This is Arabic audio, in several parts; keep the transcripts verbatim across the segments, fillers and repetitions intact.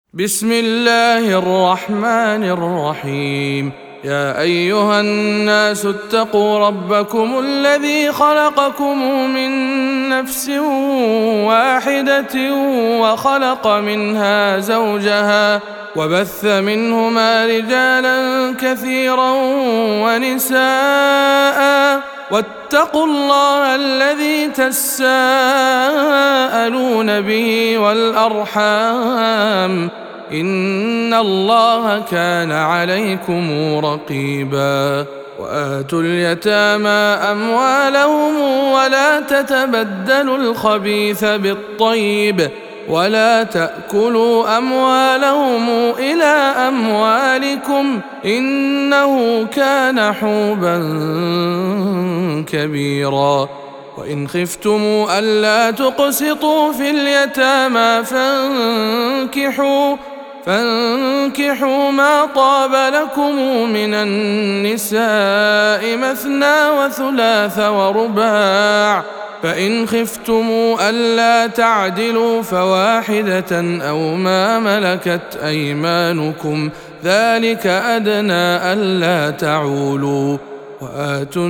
بسم الله الرحمن الرحيم. يا أيها الناس اتقوا ربكم الذي خلقكم من نفس واحدة وخلق منها زوجها وبث منهما رجالا كثيرا ونساء واتقوا الله الذي تساءلون به والأرحام إن الله كان عليكم رقيبا. وآتوا اليتامى أموالهم ولا تتبدلوا الخبيث بالطيب ولا تأكلوا أموالهم إلى أموالكم إنه كان حوبا كبيرا. وإن خفتم ألا تقسطوا في اليتامى فانكحوا فانكحوا ما طاب لكم من النساء مثنى وثلاث ورباع، فإن خفتم ألا تعدلوا فواحدة أو ما ملكت أيمانكم ذلك أدنى ألا تعولوا. وآتوا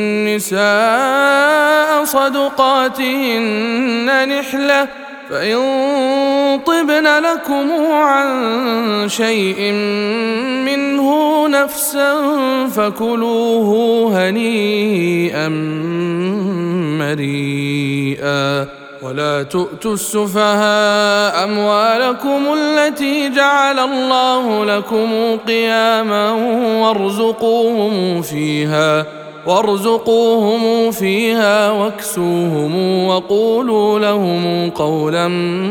النساء صدقاتهن نحلة فإن طبن لكم عن شيء منه نفسا فكلوه هنيئا مريئا. ولا تؤتوا السفهاء أموالكم التي جعل الله لكم قياما وارزقوهم فيها وارزقوهم فيها واكسوهم وقولوا لهم قولا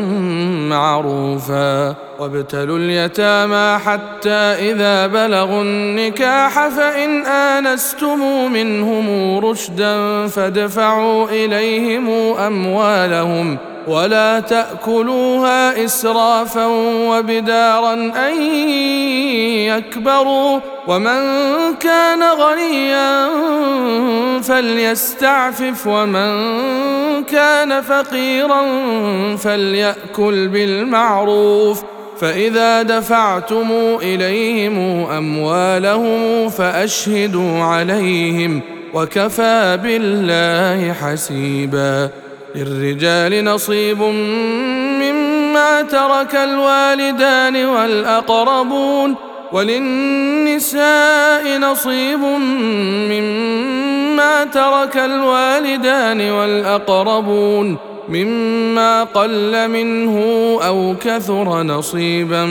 معروفا. وابتلوا اليتامى حتى إذا بلغوا النكاح فإن آنستم منهم رشدا فادفعوا إليهم أموالهم ولا تأكلوها إسرافا وبدارا أن يكبروا. ومن كان غنيا فليستعفف ومن كان فقيرا فليأكل بالمعروف. فإذا دفعتم إليهم أموالهم فأشهدوا عليهم وكفى بالله حسيبا. للرجال نصيب مما ترك الوالدان والأقربون وللنساء نصيب مما ترك الوالدان والأقربون مما قل منه أو كثر نصيبا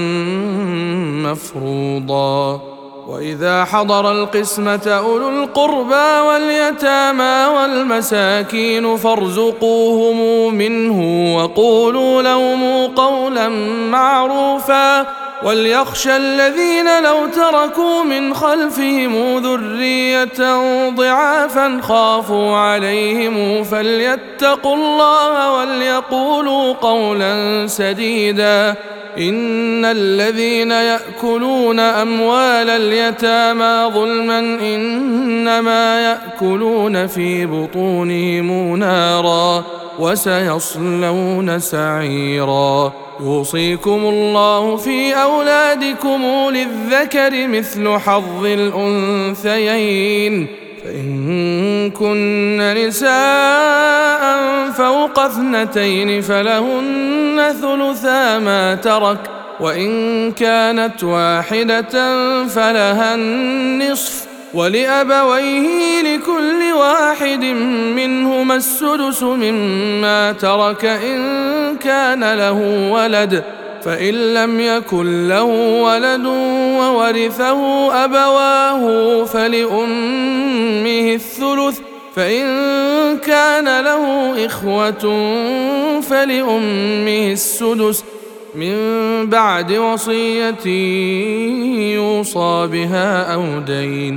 مفروضا. وإذا حضر القسمة أولو القربى واليتامى والمساكين فارزقوهم منه وقولوا لهم قولا معروفا. وليخشى الذين لو تركوا من خلفهم ذرية ضعافا خافوا عليهم فليتقوا الله وليقولوا قولا سديدا. إن الذين يأكلون أموال اليتامى ظلما إنما يأكلون في بطونهم نارا وسيصلون سعيرا. يوصيكم الله في أولادكم للذكر مثل حظ الأنثيين، فإن كن نساء فوق اثنتين فلهن ثلثا ما ترك، وإن كانت واحدة فلها النصف، ولأبويه لكل واحد منهما السدس مما ترك إن كان له ولد، فإن لم يكن له ولد وورثه أبواه فلأمه الثلث، فإن كان له إخوة فلأمه السدس من بعد وصية يوصى بها أو دين.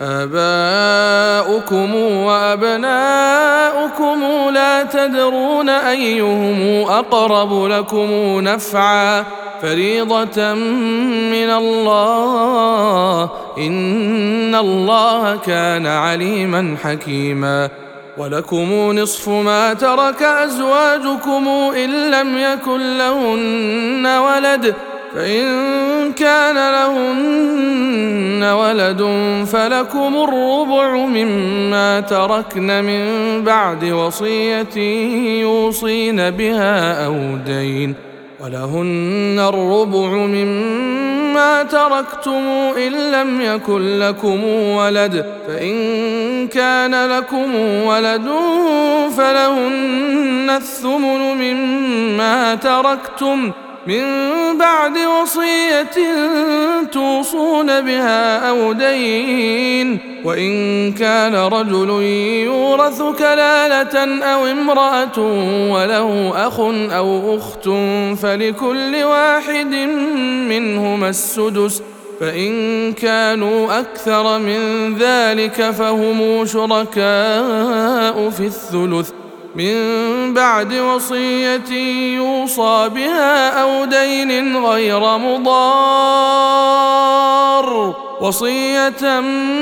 آباؤكم وأبناؤكم لا تدرون أيهم أقرب لكم نفعا فريضة من الله إن الله كان عليما حكيما. ولكم نصف ما ترك أزواجكم إن لم يكن لهن ولد، فإن كان لهن ولد فلكم الربع مما تركن من بعد وصية يوصين بها أو دين، ولهن الربع مما تركتم إن لم يكن لكم ولد، فإن كان لكم ولد فلهن الثمن مما تركتم من بعد وصية توصون بها أو دين، وإن كان رجل يورث كلالة أو امرأة وله أخ أو أخت فلكل واحد منهما السدس، فإن كانوا أكثر من ذلك فهم شركاء في الثلث من بعد وصية يوصى بها أو دين غير مضار، وصية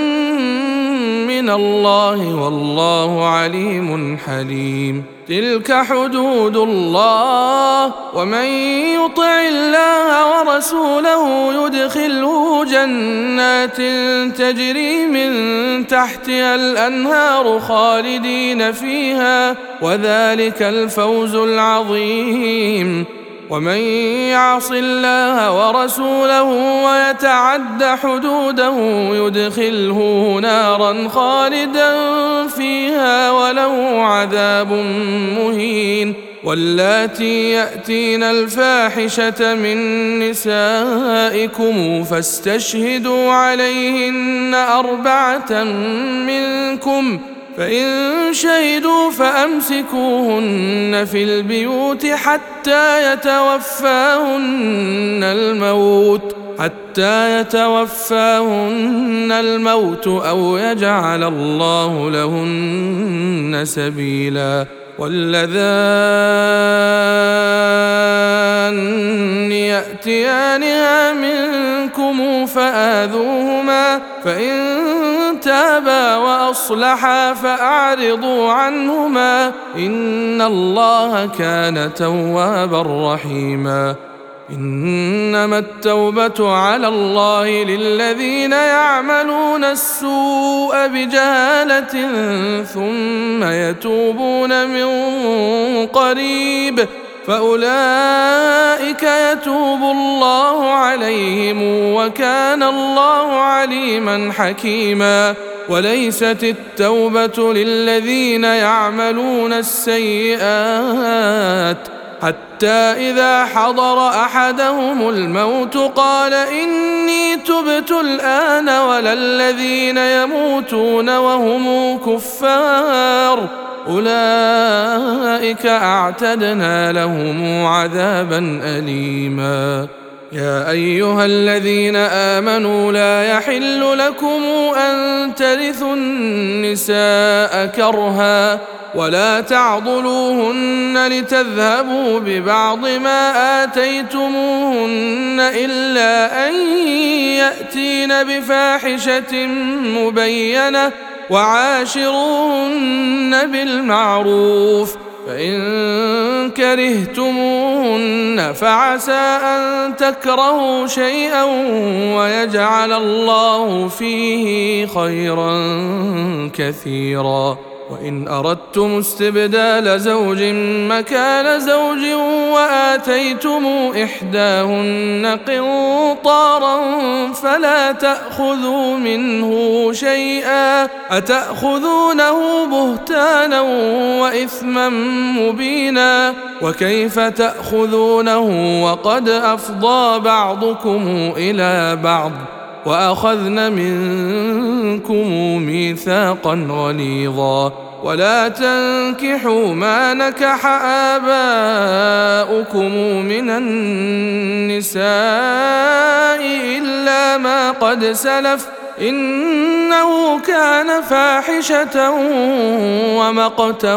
من الله والله عليم حليم. تلك حدود الله، ومن يطع الله ورسوله يدخله جنات تجري من تحتها الأنهار خالدين فيها، وذلك الفوز العظيم. ومن يعص الله ورسوله ويتعد حدوده يدخله نارا خالدا فيها وله عذاب مهين. واللاتي يأتين الفاحشة من نسائكم فاستشهدوا عليهن أربعة منكم، فإن شهدوا فأمسكوهن في البيوت حتى يتوفاهن الموت حتى يتوفاهن الموت أو يجعل الله لهن سبيلا. واللذان يأتيانها منكم فآذوهما، فإن تابا وأصلحا فأعرضوا عنهما، إن الله كان توابا رحيما. إنما التوبة على الله للذين يعملون السوء بجهالة ثم يتوبون من قريب فأولئك يتوب الله عليهم وكان الله عليما حكيما. وليست التوبة للذين يعملون السيئات حتى إذا حضر أحدهم الموت قال إني تبت الآن، ولا الذين يموتون وهم كفار أولئك أعتدنا لهم عذابا أليما. يا أيها الذين آمنوا لا يحل لكم أن ترثوا النساء كرها ولا تعضلوهن لتذهبوا ببعض ما آتيتموهن إلا أن يأتين بفاحشة مبينة وعاشروهن بالمعروف، فإن كرهتموهن فعسى أن تكرهوا شيئا ويجعل الله فيه خيرا كثيرا. وإن أردتم استبدال زوج مكان زوج وآتيتم إحداهن قنطارا فلا تأخذوا منه شيئا، أتأخذونه بهتانا وإثما مبينا، وكيف تأخذونه وقد أفضى بعضكم إلى بعض وأخذن منكم ميثاقا غليظا. ولا تنكحوا ما نكح آباؤكم من النساء إلا ما قد سلف إنه كان فاحشة ومقتا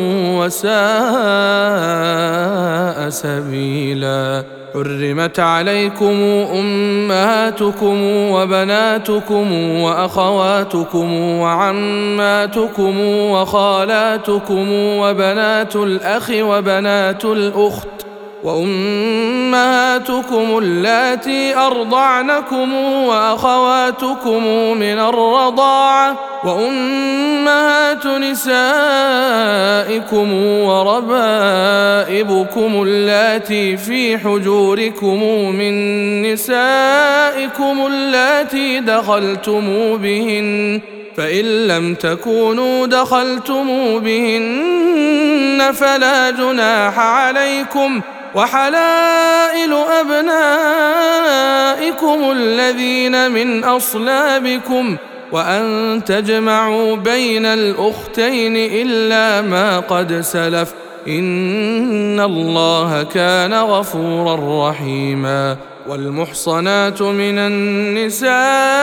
وساء سبيلا. حرمت عليكم أمهاتكم وبناتكم وأخواتكم وعماتكم وخالاتكم وبنات الأخ وبنات الأخت وأمهاتكم اللاتي أرضعنكم وأخواتكم من الرضاعة وأمهات نسائكم وربائبكم اللاتي في حجوركم من نسائكم اللاتي دخلتم بهن فإن لم تكونوا دخلتم بهن فلا جناح عليكم وحلائل أبنائكم الذين من أصلابكم وأن تجمعوا بين الأختين إلا ما قد سلف إن الله كان غفورا رحيما. والمحصنات من النساء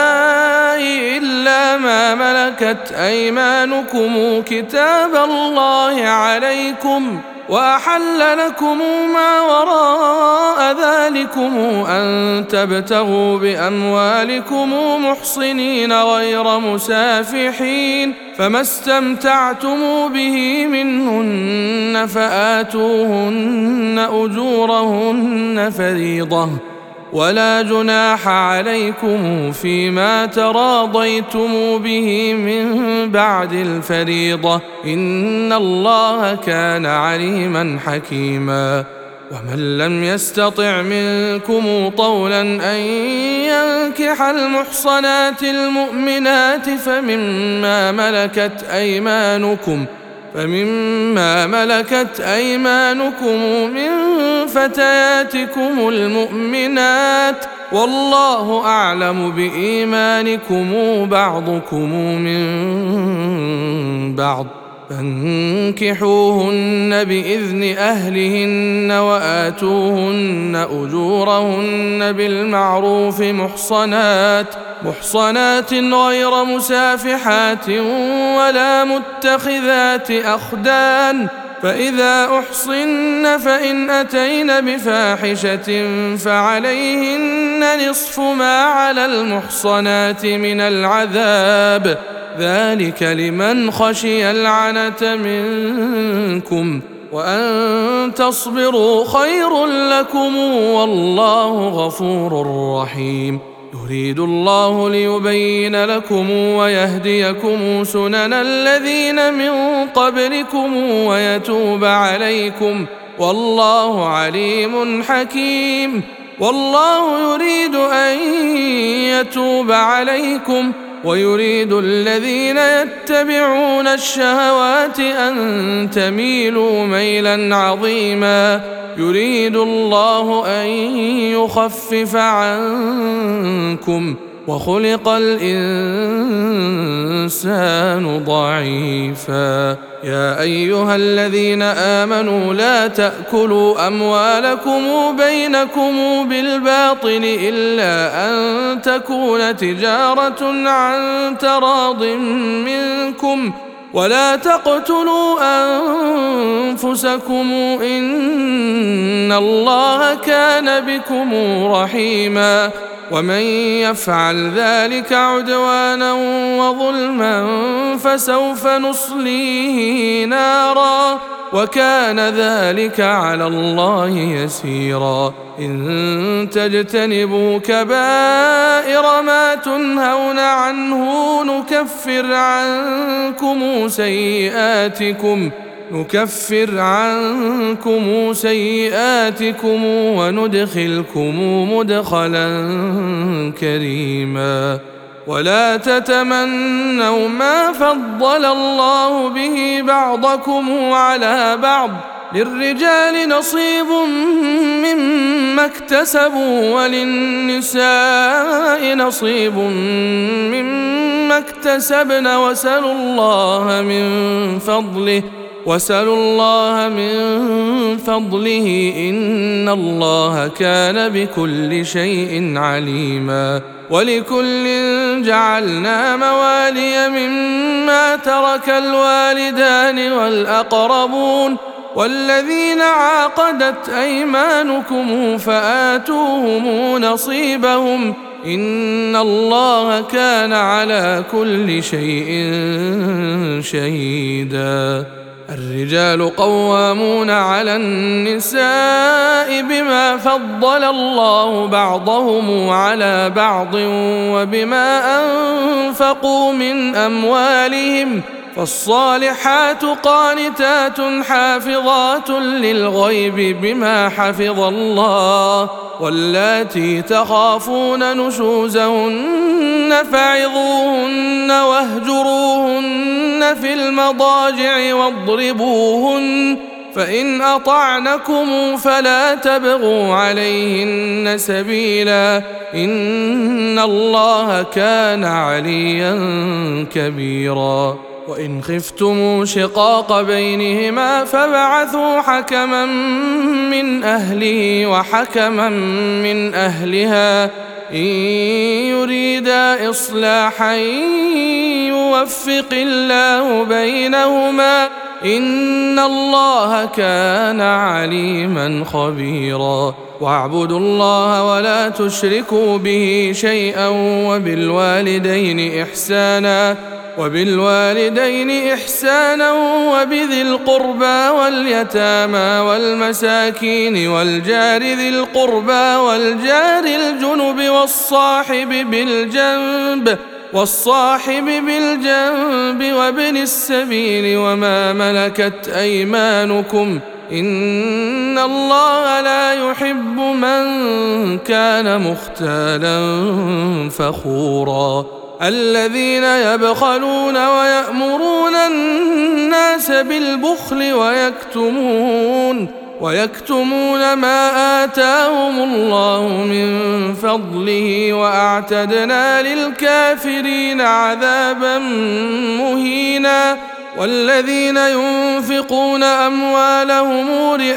إلا ما ملكت أيمانكم كتاب الله عليكم وأحل لكم ما وراء ذلكم أن تبتغوا بأموالكم محصنين غير مسافحين فما استمتعتم به منهن فآتوهن أجورهن فريضة ولا جناح عليكم فيما تراضيتم به من بعد الفريضة إن الله كان عليما حكيما. ومن لم يستطع منكم طولا أن ينكح المحصنات المؤمنات فمما ملكت أيمانكم فمما ملكت أيمانكم من فتياتكم المؤمنات والله أعلم بإيمانكم بعضكم من بعض فانكحوهن بإذن أهلهن وآتوهن أجورهن بالمعروف محصنات محصنات غير مسافحات ولا متخذات أخدان فإذا أحصن فإن أتين بفاحشة فعليهن نصف ما على المحصنات من العذاب ذلك لمن خشي العنة منكم وأن تصبروا خير لكم والله غفور رحيم. يريد الله ليبين لكم ويهديكم سنن الذين من قبلكم ويتوب عليكم والله عليم حكيم. والله يريد أن يتوب عليكم ويريد الذين يتبعون الشهوات أن تميلوا ميلا عظيما يريد الله أن يخفف عنكم وخلق الإنسان ضعيفا. يا أيها الذين آمنوا لا تأكلوا أموالكم بينكم بالباطل إلا أن تكون تجارة عن تراض منكم ولا تقتلوا أنفسكم إن الله كان بكم رحيما. ومن يفعل ذلك عدوانا وظلما فسوف نصليه نارا وكان ذلك على الله يسيرا. إن تجتنبوا كبائر ما تنهون عنه نكفر عنكم سيئاتكم نكفر عنكم سيئاتكم وندخلكم مدخلا كريما. ولا تتمنوا ما فضل الله به بعضكم على بعض للرجال نصيب مما اكتسبوا وللنساء نصيب مما اكتسبن واسألوا الله من فضله واسألوا الله من فضله إن الله كان بكل شيء عليما. ولكل جعلنا موالي مما ترك الوالدان والأقربون والذين عاقدت أيمانكم فآتوهم نصيبهم إن الله كان على كل شيء شهيدا. الرجال قوامون على النساء بما فضل الله بعضهم على بعض وبما أنفقوا من أموالهم، فالصالحات قانتات حافظات للغيب بما حفظ الله، واللاتي تخافون نشوزهن فعظوهن واهجروهن في المضاجع واضربوهن، فإن أطعنكم فلا تبغوا عليهن سبيلا، إن الله كان عليا كبيرا. وإن خفتم شقاق بينهما فابعثوا حكما من أهله وحكما من أهلها إن يريدا إصلاحا يوفق الله بينهما، إن الله كان عليما خبيرا. واعبدوا الله ولا تشركوا به شيئا وبالوالدين إحسانا وبالوالدين إحسانا وبذي القربى واليتامى والمساكين والجار ذي القربى والجار الجنب والصاحب بالجنب والصاحب بالجنب وابن السبيل وما ملكت أيمانكم، إن الله لا يحب من كان مختالا فخورا. الذين يبخلون ويأمرون الناس بالبخل ويكتمون ويكتمون ما آتاهم الله من فضله، وأعتدنا للكافرين عذابا مهينا. والذين ينفقون أموالهم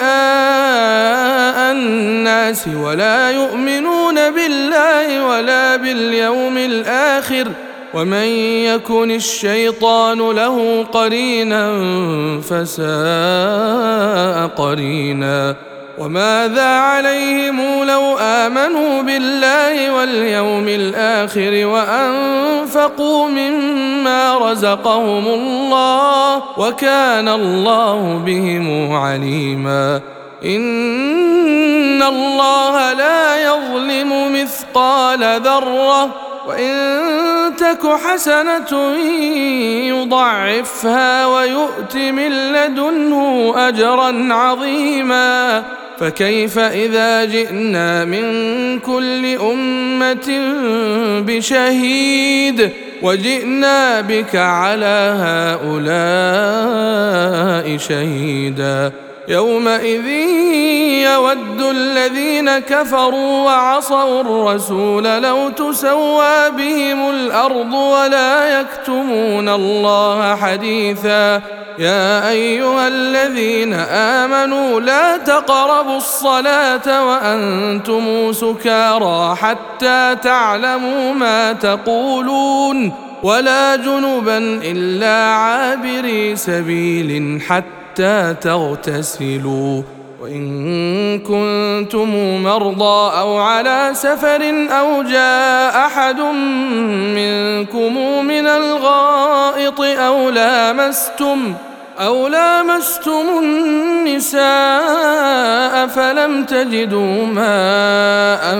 رئاء الناس ولا يؤمنون بالله ولا باليوم الآخر، ومن يكن الشيطان له قرينا فساء قرينا. وماذا عليهم لو آمنوا بالله واليوم الآخر وأنفقوا مما رزقهم الله، وكان الله بهم عليما. إن الله لا يظلم مثقال ذرة، وإن تك حسنة يضعفها ويؤت من لدنه أجرا عظيما. فكيف إذا جئنا من كل أمة بشهيد وجئنا بك على هؤلاء شهيدا، يومئذ يود الذين كفروا وعصوا الرسول لو تسوى بهم الأرض ولا يكتمون الله حديثا. يا أيها الذين آمنوا لا تقربوا الصلاة وأنتم سكارى حتى تعلموا ما تقولون، ولا جنبا إلا عابري سبيل حتى تغتسلوا، وإن كنتم مرضى أو على سفر أو جاء أحد منكم من الغائط أو لامستم أو لامستم النساء فلم تجدوا ماء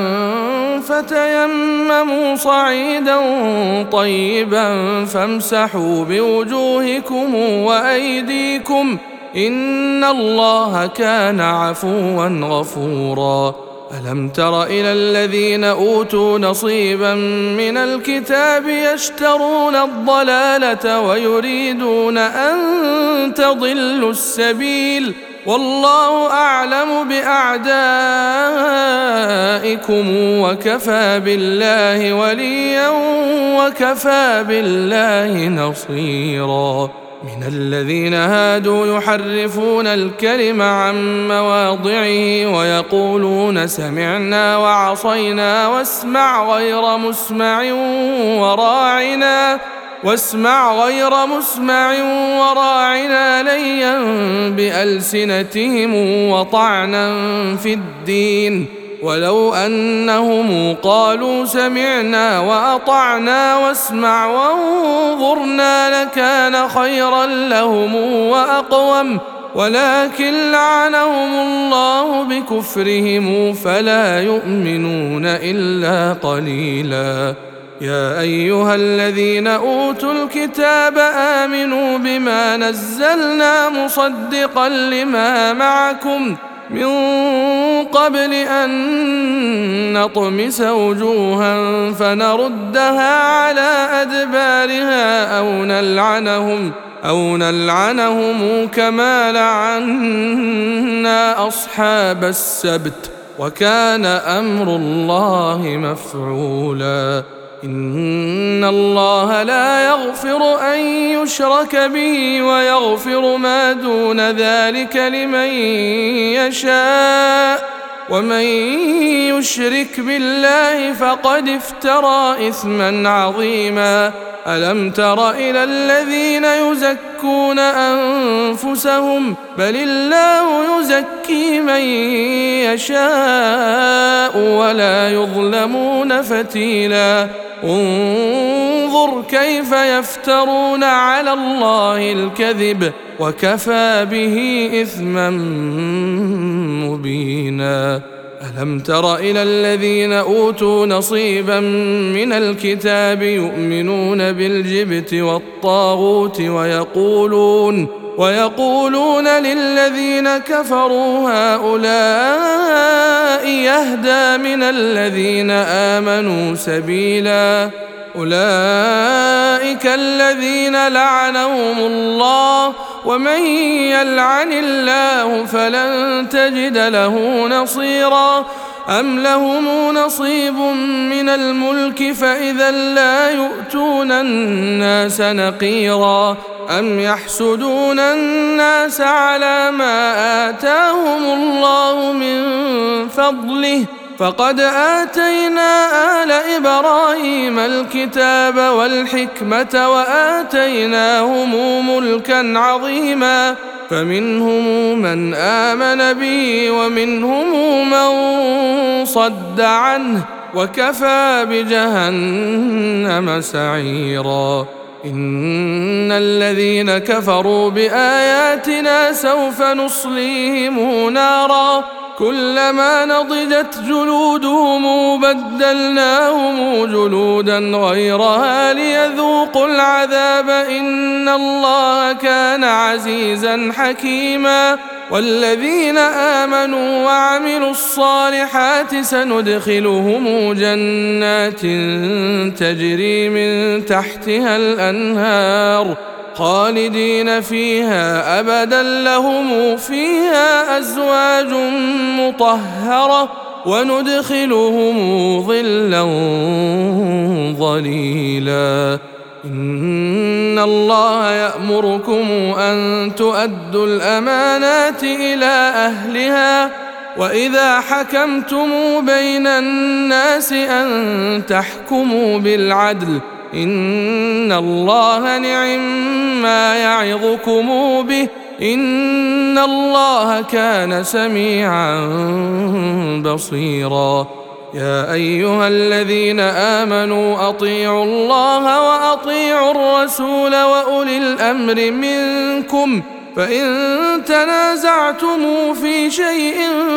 فتيمموا صعيدا طيبا فامسحوا بوجوهكم وأيديكم، إن الله كان عفوا غفورا. ألم تر إلى الذين أوتوا نصيبا من الكتاب يشترون الضلالة ويريدون أن تضلوا السبيل، والله أعلم بأعدائكم وكفى بالله وليا وكفى بالله نصيرا. من الذين هادوا يحرفون الكلم عن مواضعه ويقولون سمعنا وعصينا واسمع غير مسمع وراعنا واسمع غير مسمع وراعنا ليا بألسنتهم وطعنا في الدين، ولو أنهم قالوا سمعنا وأطعنا واسمع وانظرنا لكان خيرا لهم وأقوم، ولكن لعنهم الله بكفرهم فلا يؤمنون إلا قليلا. يا أيها الذين أوتوا الكتاب آمنوا بما نزلنا مصدقا لما معكم من قبل أن نطمس وجوها فنردها على أدبارها أو نلعنهم أو نلعنهم كما لعنا أصحاب السبت وكان أمر الله مفعولا. إن الله لا يغفر أن يشرك به ويغفر ما دون ذلك لمن يشاء، ومن يشرك بالله فقد افترى إثما عظيما. ألم تر إلى الذين يزكون أنفسهم بل الله يزكي من يشاء ولا يظلمون فتيلا. انظر كيف يفترون على الله الكذب وكفى به إثما مبينا. ألم تر إلى الذين أوتوا نصيبا من الكتاب يؤمنون بالجبت والطاغوت ويقولون ويقولون للذين كفروا هؤلاء يهدى من الذين آمنوا سبيلا. أولئك الذين لعنهم الله ومن يلعن الله فلن تجد له نصيرا. أم لهم نصيب من الملك فإذا لا يؤتون الناس نقيرا. أم يحسدون الناس على ما آتاهم الله من فضله فقد آتينا آل إبراهيم الكتاب والحكمة وآتيناهم ملكا عظيما. فمنهم من آمن به ومنهم من صد عنه وكفى بجهنم سعيرا. إن الذين كفروا بآياتنا سوف نصليهم نارا كلما نضجت جلودهم بدلناهم جلودا غيرها ليذوقوا العذاب إن الله كان عزيزا حكيما. والذين آمنوا وعملوا الصالحات سندخلهم جنات تجري من تحتها الأنهار خالدين فيها أبدا لهم فيها أزواج مطهرة وندخلهم ظلا ظليلا. إن الله يأمركم أن تؤدوا الأمانات إلى أهلها وإذا حكمتم بين الناس أن تحكموا بالعدل إن الله نعم ما يعظكم به إن الله كان سميعا بصيرا. يا أيها الذين آمنوا أطيعوا الله وأطيعوا الرسول وأولي الأمر منكم فإن تنازعتم في شيء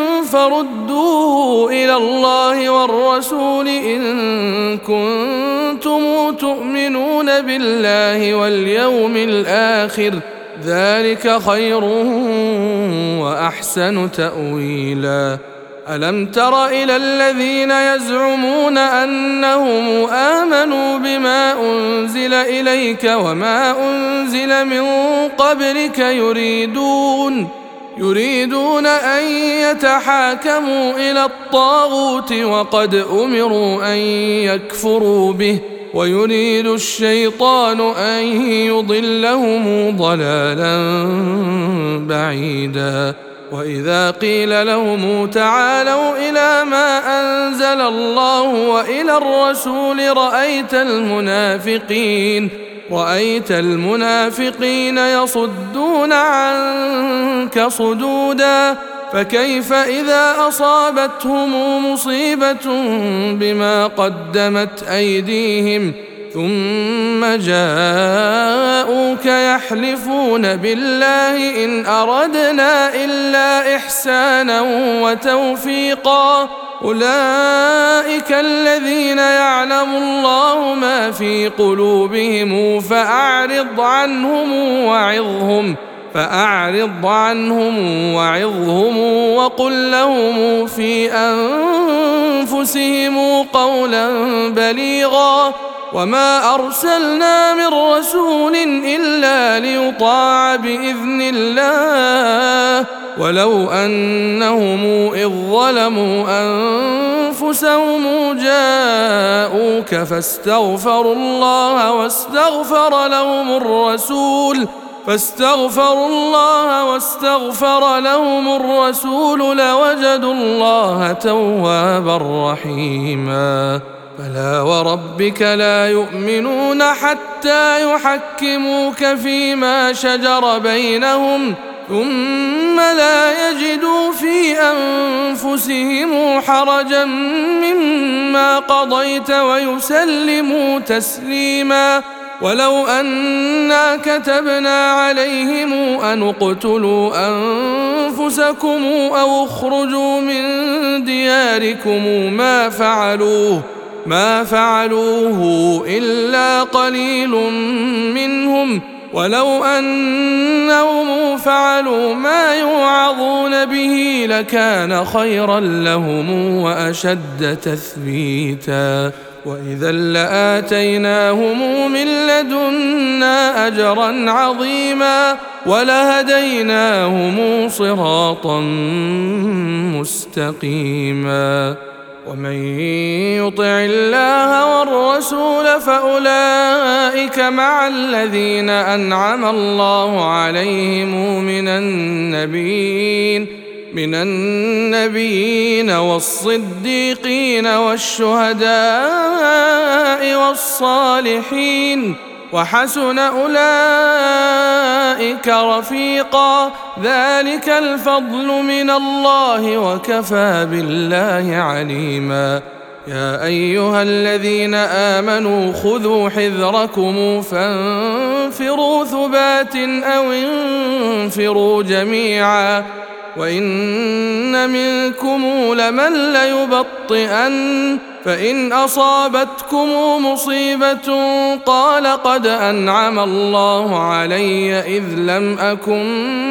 فردوه إلى الله والرسول إن كنتم تؤمنون بالله واليوم الآخر ذلك خير وأحسن تأويلا. ألم تر إلى الذين يزعمون أنهم آمنوا بما أنزل إليك وما أنزل من قبلك يريدون يريدون أن يتحاكموا إلى الطاغوت وقد أمروا أن يكفروا به ويريد الشيطان أن يضلهم ضلالا بعيدا. وإذا قيل لهم تعالوا إلى ما أنزل الله وإلى الرسول رأيت المنافقين رأيت المنافقين يصدون عنك صدودا فكيف إذا أصابتهم مصيبة بما قدمت أيديهم ثم جاءوك يحلفون بالله إن أردنا إلا إحسانا وتوفيقا أولئك الذين يعلم الله ما في قلوبهم فأعرض عنهم وعظهم فأعرض عنهم وعظهم وقل لهم في أنفسهم قولا بليغا وما أرسلنا من رسول إلا ليطاع بإذن الله ولو أنهم إذ ظلموا أنفسهم جاءوك فاستغفروا الله واستغفر لهم الرسول فاستغفروا الله واستغفر لهم الرسول لوجدوا الله توابا رحيما فلا وربك لا يؤمنون حتى يحكموك فيما شجر بينهم ثم لا يجدوا في أنفسهم حرجا مما قضيت ويسلموا تسليما ولو أنا كتبنا عليهم أن اقتلوا أنفسكم أو اخرجوا من دياركم ما فعلوه ما فعلوه إلا قليل منهم ولو أنهم فعلوا ما يوعظون به لكان خيرا لهم وأشد تثبيتا وإذا لآتيناهم من لدنا أجرا عظيما ولهديناهم صراطا مستقيما ومن يطع الله والرسول فأولئك مع الذين أنعم الله عليهم من النبيين من النبيين والصديقين والشهداء والصالحين وحسن أولئك رفيقا ذلك الفضل من الله وكفى بالله عليما يا أيها الذين آمنوا خذوا حذركم فانفروا ثبات أو انفروا جميعا وإن منكم لمن ليبطئن فإن أصابتكم مصيبة قال قد أنعم الله علي إذ لم أكن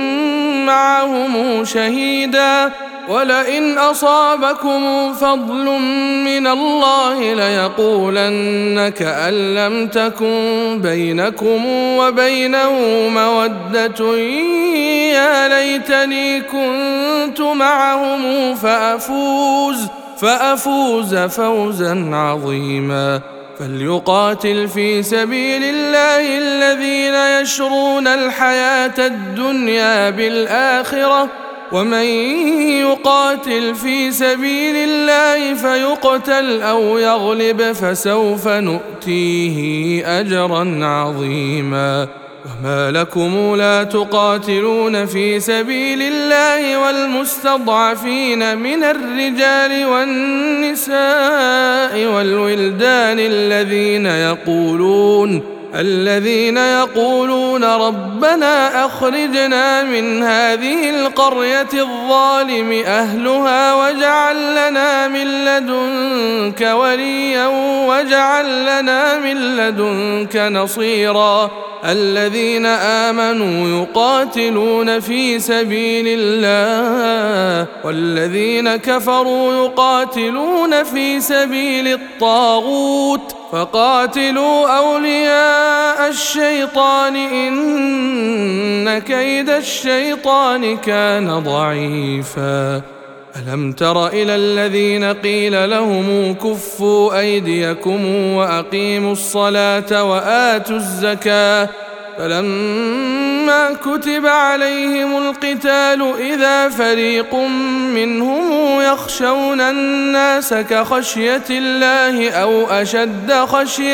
معهم شهيدا ولئن أصابكم فضل من الله ليقولن كأن لم تكن بينكم وبينه مودة يا ليتني كنت معهم فأفوز فأفوز فوزا عظيما فليقاتل في سبيل الله الذين يشرون الحياة الدنيا بالآخرة ومن يقاتل في سبيل الله فيقتل أو يغلب فسوف نؤتيه أجرا عظيما وما لكم لا تقاتلون في سبيل الله والمستضعفين من الرجال والنساء والولدان الذين يقولون الذين يقولون ربنا أخرجنا من هذه القرية الظالم أهلها واجعل لنا من لدنك وليا واجعل لنا من لدنك نصيرا الذين آمنوا يقاتلون في سبيل الله والذين كفروا يقاتلون في سبيل الطاغوت فقاتلوا أولياء الشيطان إن كيد الشيطان كان ضعيفا ألم تر إلى الذين قيل لهم كفوا أيديكم وأقيموا الصلاة وآتوا الزكاة فلما كتب عليهم القتال إذا فريق منهم يخشون الناس كخشية الله أو أشد خشية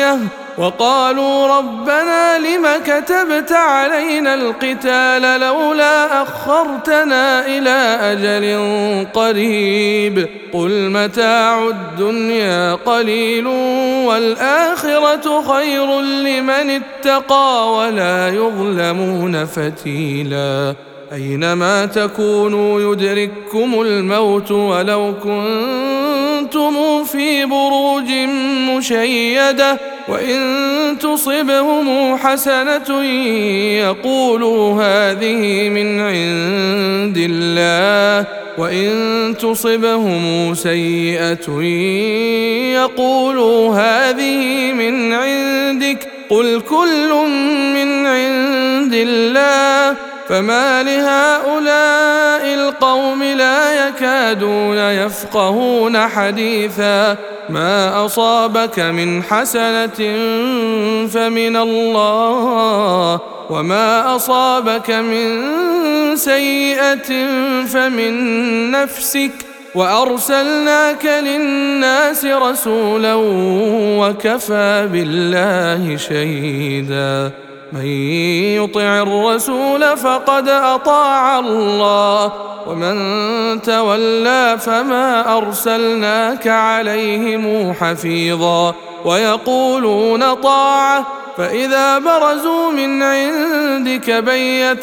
وقالوا ربنا لم كتبت علينا القتال لولا أخرتنا إلى أجل قريب قل متاع الدنيا قليل والآخرة خير لمن اتقى ولا يظلمون فتيلا أينما تكونوا يدرككم الموت ولو كنتم في بروج مشيدة وإن تصبهم حسنة يقولوا هذه من عند الله وإن تصبهم سيئة يقولوا هذه من عندك قل كل من عند الله فما لهؤلاء القوم لا يكادون يفقهون حديثا ما أصابك من حسنة فمن الله وما أصابك من سيئة فمن نفسك وأرسلناك للناس رسولا وكفى بالله شهيدا من يطع الرسول فقد أطاع الله ومن تولى فما أرسلناك عليهم حفيظا ويقولون طاعة فإذا برزوا من عندك بيت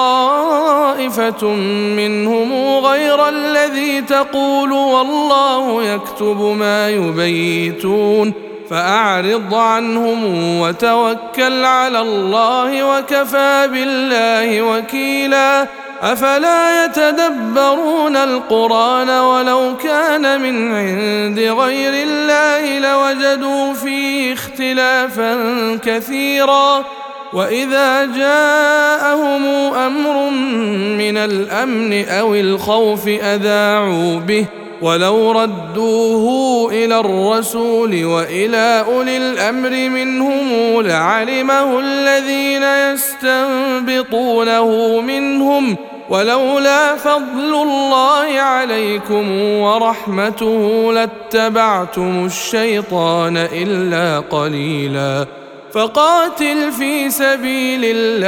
طائفة منهم غير الذي تقول والله يكتب ما يبيتون فأعرض عنهم وتوكل على الله وكفى بالله وكيلا أفلا يتدبرون القرآن ولو كان من عند غير الله لوجدوا فيه اختلافا كثيرا وإذا جاءهم أمر من الأمن أو الخوف أذاعوا به ولو ردوه إلى الرسول وإلى أولي الأمر منهم لعلمه الذين يستنبطونه منهم ولولا فضل الله عليكم ورحمته لاتبعتم الشيطان إلا قليلا فقاتل في سبيل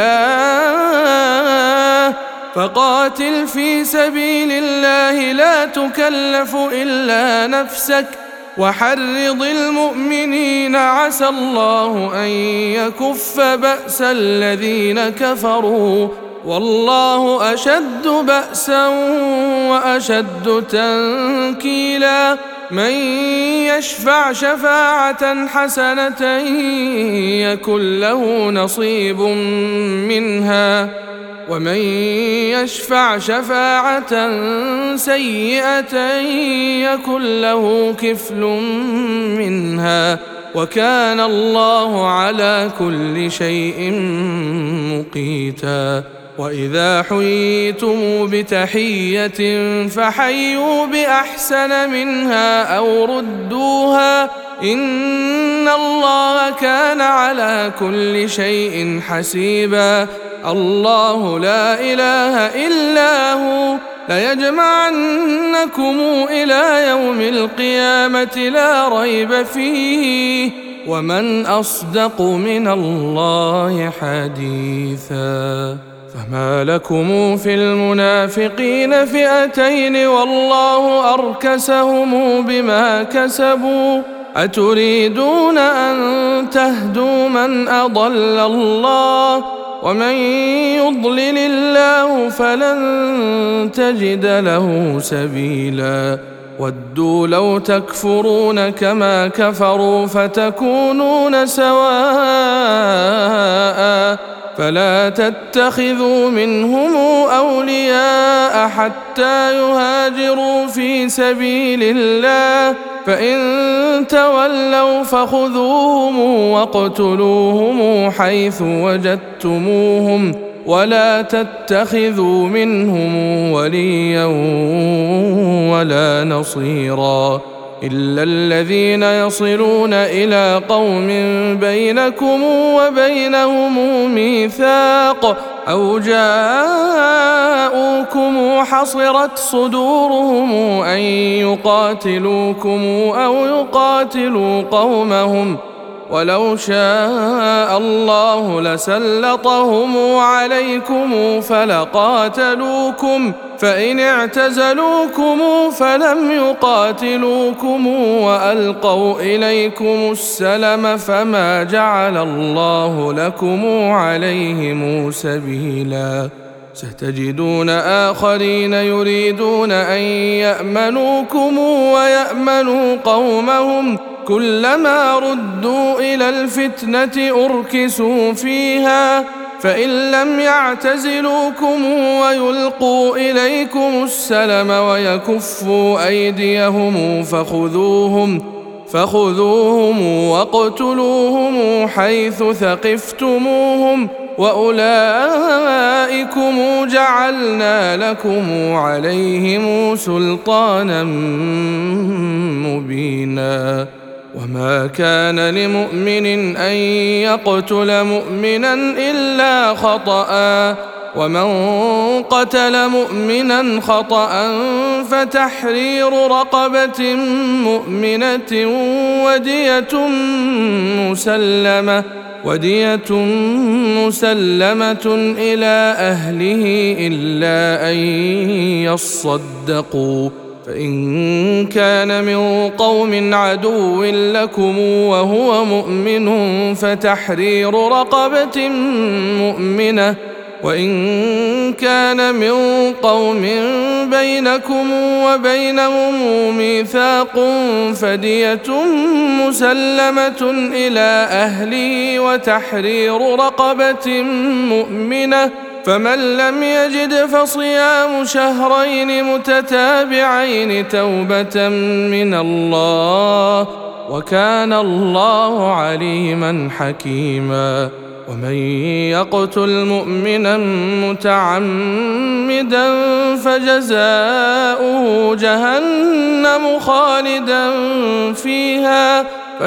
الله فقاتل في سبيل الله لا تكلف إلا نفسك وحرض المؤمنين عسى الله أن يكف بأس الذين كفروا والله أشد بأسا وأشد تنكيلا من يشفع شفاعة حسنة يكن له نصيب منها ومن يشفع شفاعة سيئة يكن له كفل منها وكان الله على كل شيء مقيتا وإذا حييتم بتحية فحيوا بأحسن منها أو ردوها إن الله كان على كل شيء حسيبا الله لا إله إلا هو ليجمعنكم إلى يوم القيامة لا ريب فيه ومن أصدق من الله حديثا فما لكم في المنافقين فئتين والله أركسهم بما كسبوا أتريدون أن تهدوا من أضل الله ومن يضلل الله فلن تجد له سبيلا ودوا لو تكفرون كما كفروا فتكونون سواء فلا تتخذوا منهم أولياء حتى يهاجروا في سبيل الله فإن تولوا فخذوهم واقتلوهم حيث وجدتموهم ولا تتخذوا منهم وليا ولا نصيرا إلا الذين يصلون إلى قوم بينكم وبينهم ميثاق أو جاءوكم حصرت صدورهم أن يقاتلوكم أو يقاتلوا قومهم ولو شاء الله لسلطهم عليكم فلقاتلوكم فإن اعتزلوكم فلم يقاتلوكم وألقوا إليكم السلم فما جعل الله لكم عليهم سبيلا ستجدون آخرين يريدون أن يأمنوكم ويأمنوا قومهم كلما ردوا إلى الفتنة أركسوا فيها فإن لم يعتزلوكم ويلقوا إليكم السلم ويكفوا أيديهم فخذوهم فخذوهم واقتلوهم حيث ثقفتموهم وأولئكم جعلنا لكم عليهم سلطانا مبينا وما كان لمؤمن أن يقتل مؤمنا إلا خطأ ومن قتل مؤمنا خطأ فتحرير رقبة مؤمنة ودية مسلمة ودية مسلمة إلى أهله إلا أن يصدقوا فإن كان من قوم عدو لكم وهو مؤمن فتحرير رقبة مؤمنة وإن كان من قوم بينكم وبينهم ميثاق فدية مسلمة إلى أهله وتحرير رقبة مؤمنة فمن لم يجد فصيام شهرين متتابعين توبة من الله وكان الله عليما حكيما ومن يقتل مؤمنا متعمدا فجزاؤه جهنم خالدا فيها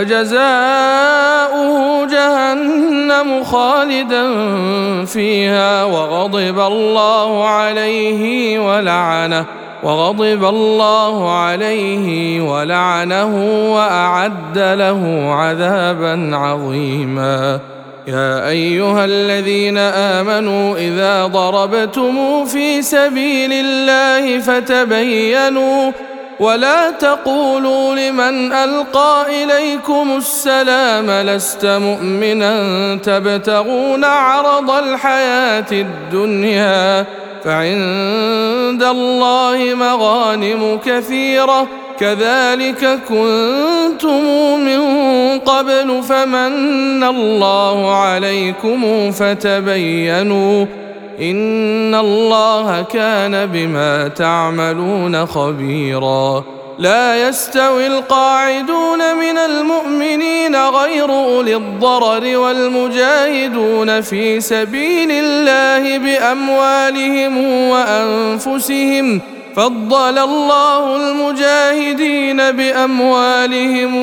فجزاؤه جهنم خالدا فيها وغضب الله عليه ولعنه وغضب الله عليه ولعنه وأعد له عذابا عظيما يا أيها الذين آمنوا إذا ضربتم في سبيل الله فتبينوا ولا تقولوا لمن ألقى إليكم السلام لست مؤمنا تبتغون عرض الحياة الدنيا فعند الله مغانم كثيرة كذلك كنتم من قبل فمن الله عليكم فتبينوا إن الله كان بما تعملون خبيرا لا يستوي القاعدون من المؤمنين غير أولي الضرر والمجاهدون في سبيل الله بأموالهم وأنفسهم فضل الله المجاهدين بأموالهم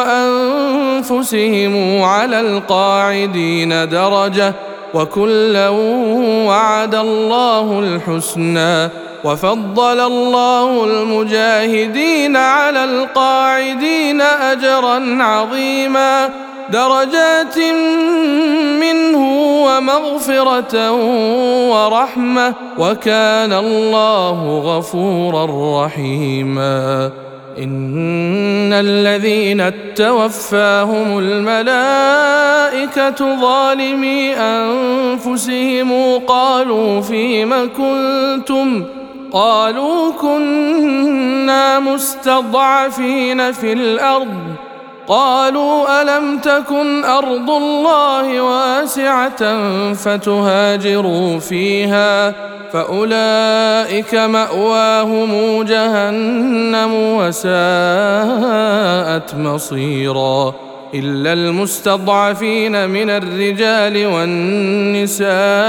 وأنفسهم على القاعدين درجة وكلا وعد الله الحسنى وفضل الله المجاهدين على القاعدين أجرا عظيما درجات منه ومغفرة ورحمة وكان الله غفورا رحيما إن الذين توفاهم الملائكة ظالمي أنفسهم قالوا فيم كنتم قالوا كنا مستضعفين في الأرض قالوا ألم تكن أرض الله واسعة فتهاجروا فيها فأولئك مأواهم جهنم وساءت مصيرا إلا المستضعفين من الرجال والنساء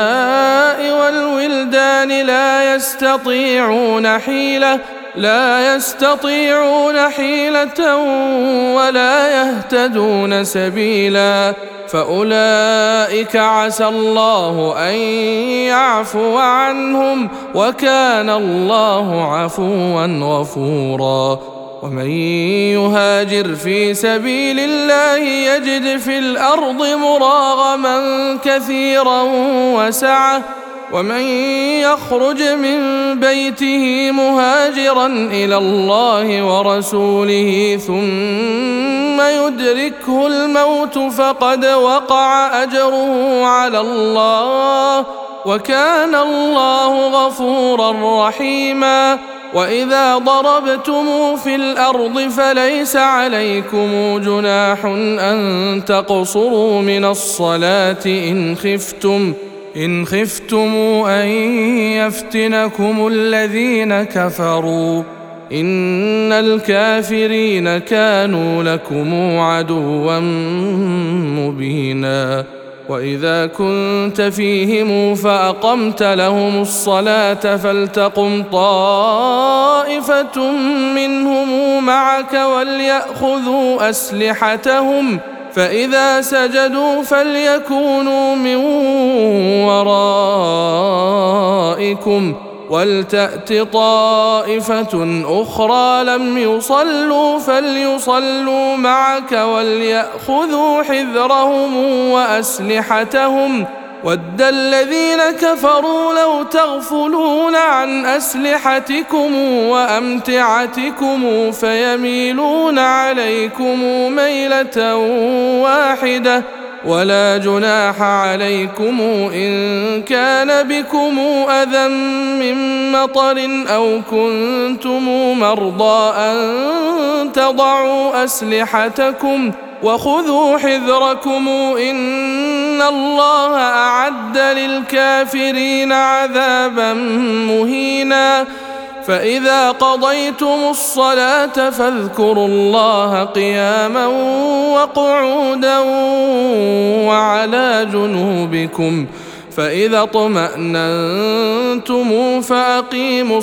والولدان لا يستطيعون حيلة لا يستطيعون حيلة ولا يهتدون سبيلا فأولئك عسى الله أن يعفو عنهم وكان الله عفوا غفورا ومن يهاجر في سبيل الله يجد في الأرض مراغما كثيرا وسعة ومن يخرج من بيته مهاجرا إلى الله ورسوله ثم يدركه الموت فقد وقع أجره على الله وكان الله غفورا رحيما. وإذا ضربتم في الأرض فليس عليكم جناح أن تقصروا من الصلاة إن خفتم إن خفتم أن يفتنكم الذين كفروا إن الكافرين كانوا لكم عدوا مبينا. وإذا كنت فيهم فأقمت لهم الصلاة فلتقم طائفة منهم معك وليأخذوا أسلحتهم فإذا سجدوا فليكونوا من ورائكم ولتأت طائفة أخرى لم يصلوا فليصلوا معك وليأخذوا حذرهم وأسلحتهم ود الذين كفروا لو تغفلون عن أسلحتكم وأمتعتكم فيميلون عليكم ميلة واحدة ولا جناح عليكم إن كان بكم أذى من مطر أو كنتم مرضى أن تضعوا أسلحتكم وخذوا حذركم إن الله أعد للكافرين عذابا مهينا. فإذا قضيتم الصلاة فاذكروا الله قياما وقعودا وعلى جنوبكم فإذا اطمأننتم فأقيموا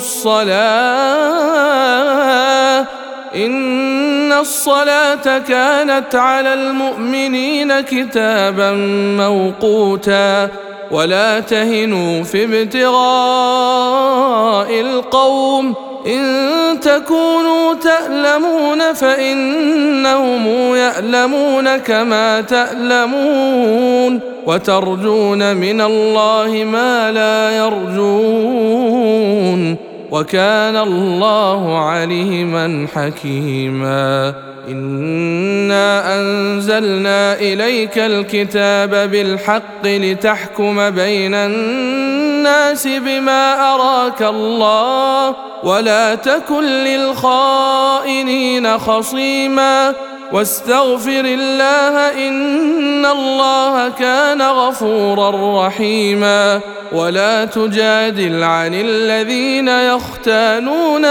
الصلاة إن الصلاة كانت على المؤمنين كتابا موقوتا. ولا تهنوا في ابتغاء القوم إن تكونوا تألمون فإنهم يألمون كما تألمون وترجون من الله ما لا يرجون وكان الله عليما حكيما. إنا أنزلنا إليك الكتاب بالحق لتحكم بين الناس بما أراك الله ولا تكن للخائنين خصيما واستغفر الله إن الله كان غفورا رحيما. ولا تجادل عن الذين يختانون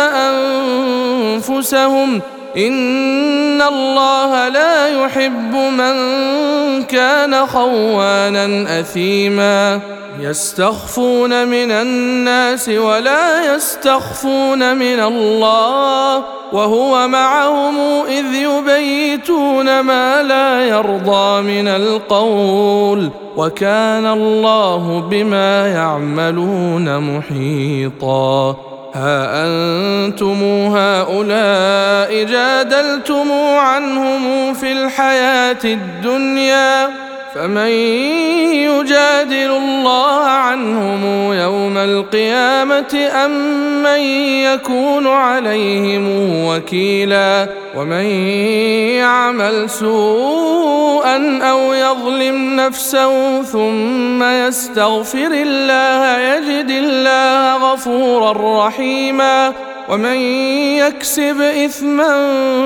أنفسهم إن الله لا يحب من كان خوانا أثيما. يستخفون من الناس ولا يستخفون من الله وهو معهم إذ يبيتون ما لا يرضى من القول وكان الله بما يعملون محيطا. ها أنتم هؤلاء جادلتم عنهم في الحياة الدنيا فمن يجادل الله عنهم يوم القيامة أم من يكون عليهم وكيلا. ومن يعمل سوءا أو يظلم نفسه ثم يستغفر الله يجد الله غفورا رحيما. ومن يكسب إثما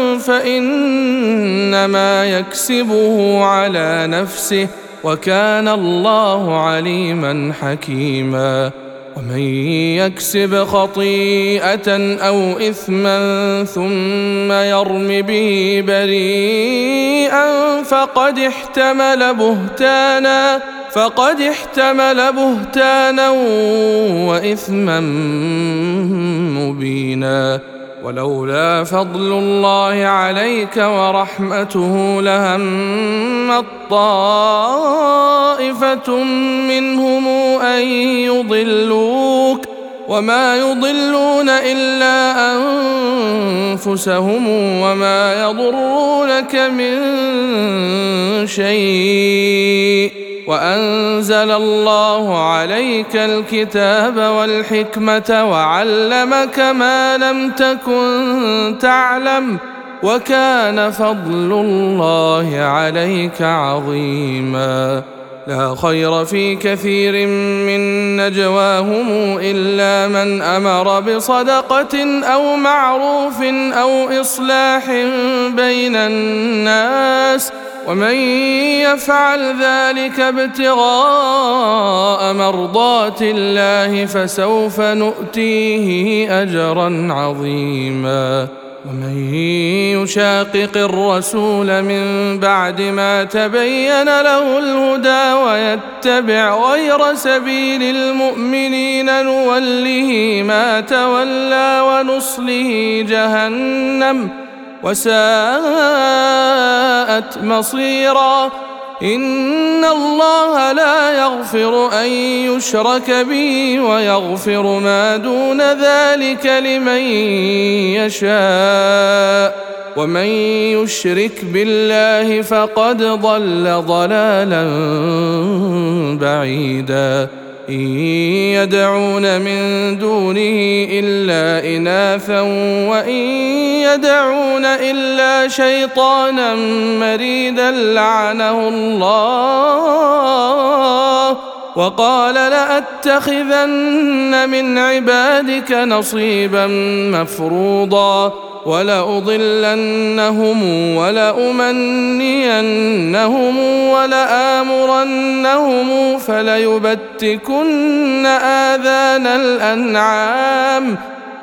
فإنما يكسبه على نفسه وكان الله عليما حكيما. ومن يكسب خطيئة أو إثما ثم يرم به بريئا فقد احتمل بهتانا فقد احتمل بهتانا وإثما مبينا. ولولا فضل الله عليك ورحمته لهمت طائفة منهم أن يضلوك وما يضلون إلا أنفسهم وما يضرونك من شيء. وأنزل الله عليك الكتاب والحكمة وعلمك ما لم تكن تعلم وكان فضل الله عليك عظيما. لا خير في كثير من نجواهم إلا من أمر بصدقة أو معروف أو إصلاح بين الناس ومن يفعل ذلك ابتغاء مرضات الله فسوف نؤتيه أجرا عظيما. ومن يشاقق الرسول من بعد ما تبين له الهدى ويتبع غير سبيل المؤمنين نوله ما تولى ونصله جهنم وساءت مصيرا. إن الله لا يغفر أن يشرك به ويغفر ما دون ذلك لمن يشاء ومن يشرك بالله فقد ضل ضلالا بعيدا. إن يدعون من دونه إلا إناثا وإن يدعون إلا شيطانا مريدا لعنه الله وقال لأتخذن من عبادك نصيبا مفروضا ولأضلنهم ولأمنينهم ولآمرنهم فليبتكن آذان الأنعام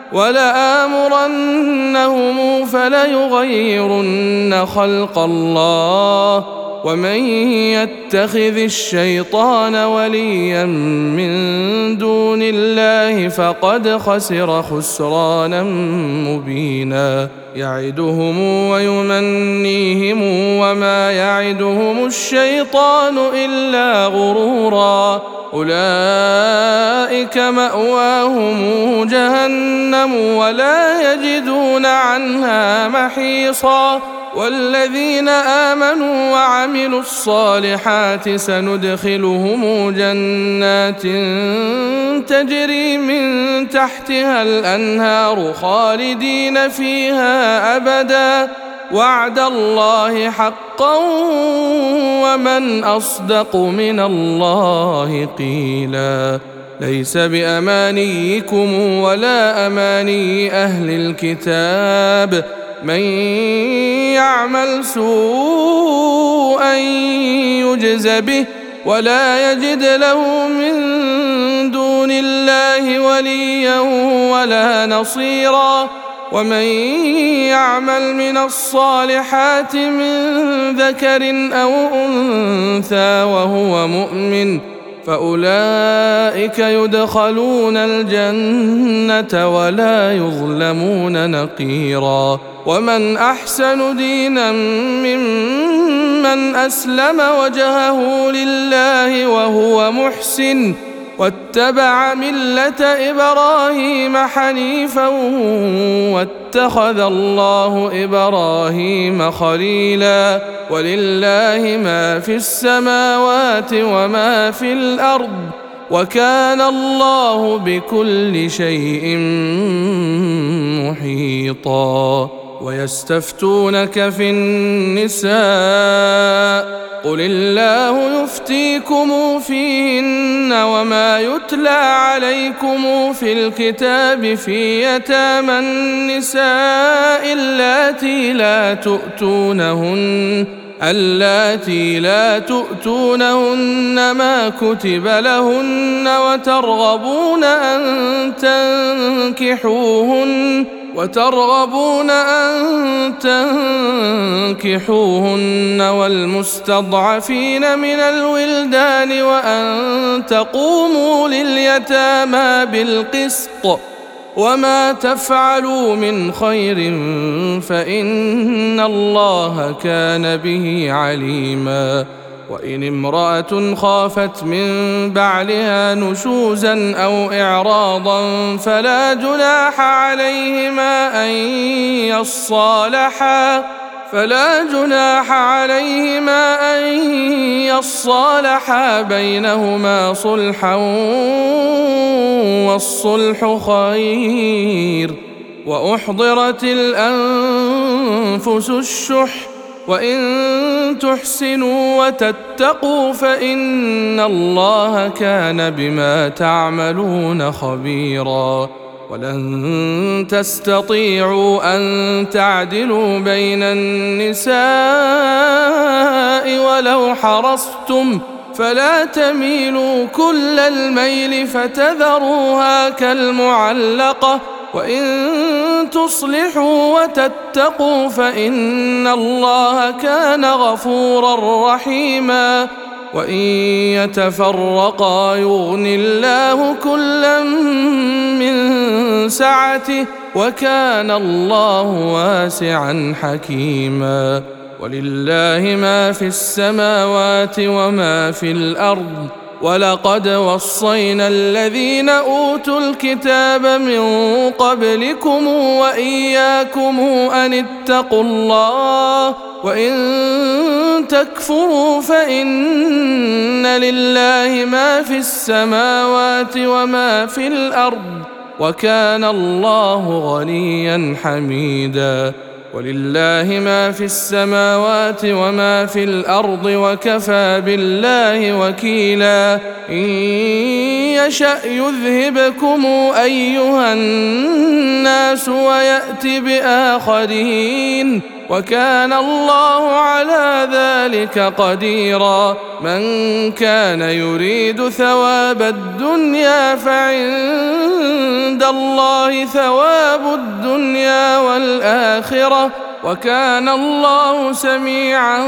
ولآمرنهم فليغيرن خلق الله ومن يتخذ الشيطان وليا من دون الله فقد خسر خسرانا مبينا. يعدهم ويمنيهم وما يعدهم الشيطان إلا غرورا. أولئك مأواهم جهنم ولا يجدون عنها محيصا. والذين آمنوا وعملوا الصالحات سندخلهم جنات تجري من تحتها الأنهار خالدين فيها أبدا وعد الله حقا ومن أصدق من الله قيلا. ليس بأمانيكم ولا أماني أهل الكتاب من يعمل سوءا يجز به ولا يجد له من دون الله وليا ولا نصيرا. ومن يعمل من الصالحات من ذكر أو أنثى وهو مؤمن فأولئك يدخلون الجنة ولا يظلمون نقيرا. ومن أحسن دينا ممن أسلم وجهه لله وهو محسن واتبع ملة إبراهيم حنيفا واتخذ الله إبراهيم خليلا. ولله ما في السماوات وما في الأرض وكان الله بكل شيء محيطا. ويستفتونك في النساء قل الله يفتيكم فيهن وما يتلى عليكم في الكتاب في يتامى النساء اللاتي لا تؤتونهن اللاتي لا تؤتونهن ما كتب لهن وترغبون أن تنكحوهن وترغبون أن تنكحوهن والمستضعفين من الولدان وأن تقوموا لليتامى بالقسط وما تفعلوا من خير فإن الله كان به عليما. وإن امرأة خافت من بعلها نشوزا أو إعراضا فلا جناح عليهما أن يصالحا فلا جناح عليهما أن يصالحا بينهما صلحا والصلح خير. وأحضرت الأنفس الشح وإن تحسنوا وتتقوا فإن الله كان بما تعملون خبيرا. ولن تستطيعوا أن تعدلوا بين النساء ولو حرصتم فلا تميلوا كل الميل فتذروها كالمعلقة وإن تصلحوا وتتقوا فإن الله كان غفورا رحيما. وإن يتفرقا يغن الله كلا من سعته وكان الله واسعا حكيما. ولله ما في السماوات وما في الأرض ولقد وصينا الذين أوتوا الكتاب من قبلكم وإياكم أن اتقوا الله وإن تكفروا فإن لله ما في السماوات وما في الأرض وكان الله غنيا حميدا. ولله ما في السماوات وما في الأرض وكفى بالله وكيلا. إن يشأ يذهبكم أيها الناس ويأت بآخرين وكان الله على ذلك قديرا. من كان يريد ثواب الدنيا فعند الله ثواب الدنيا والآخرة وكان الله سميعا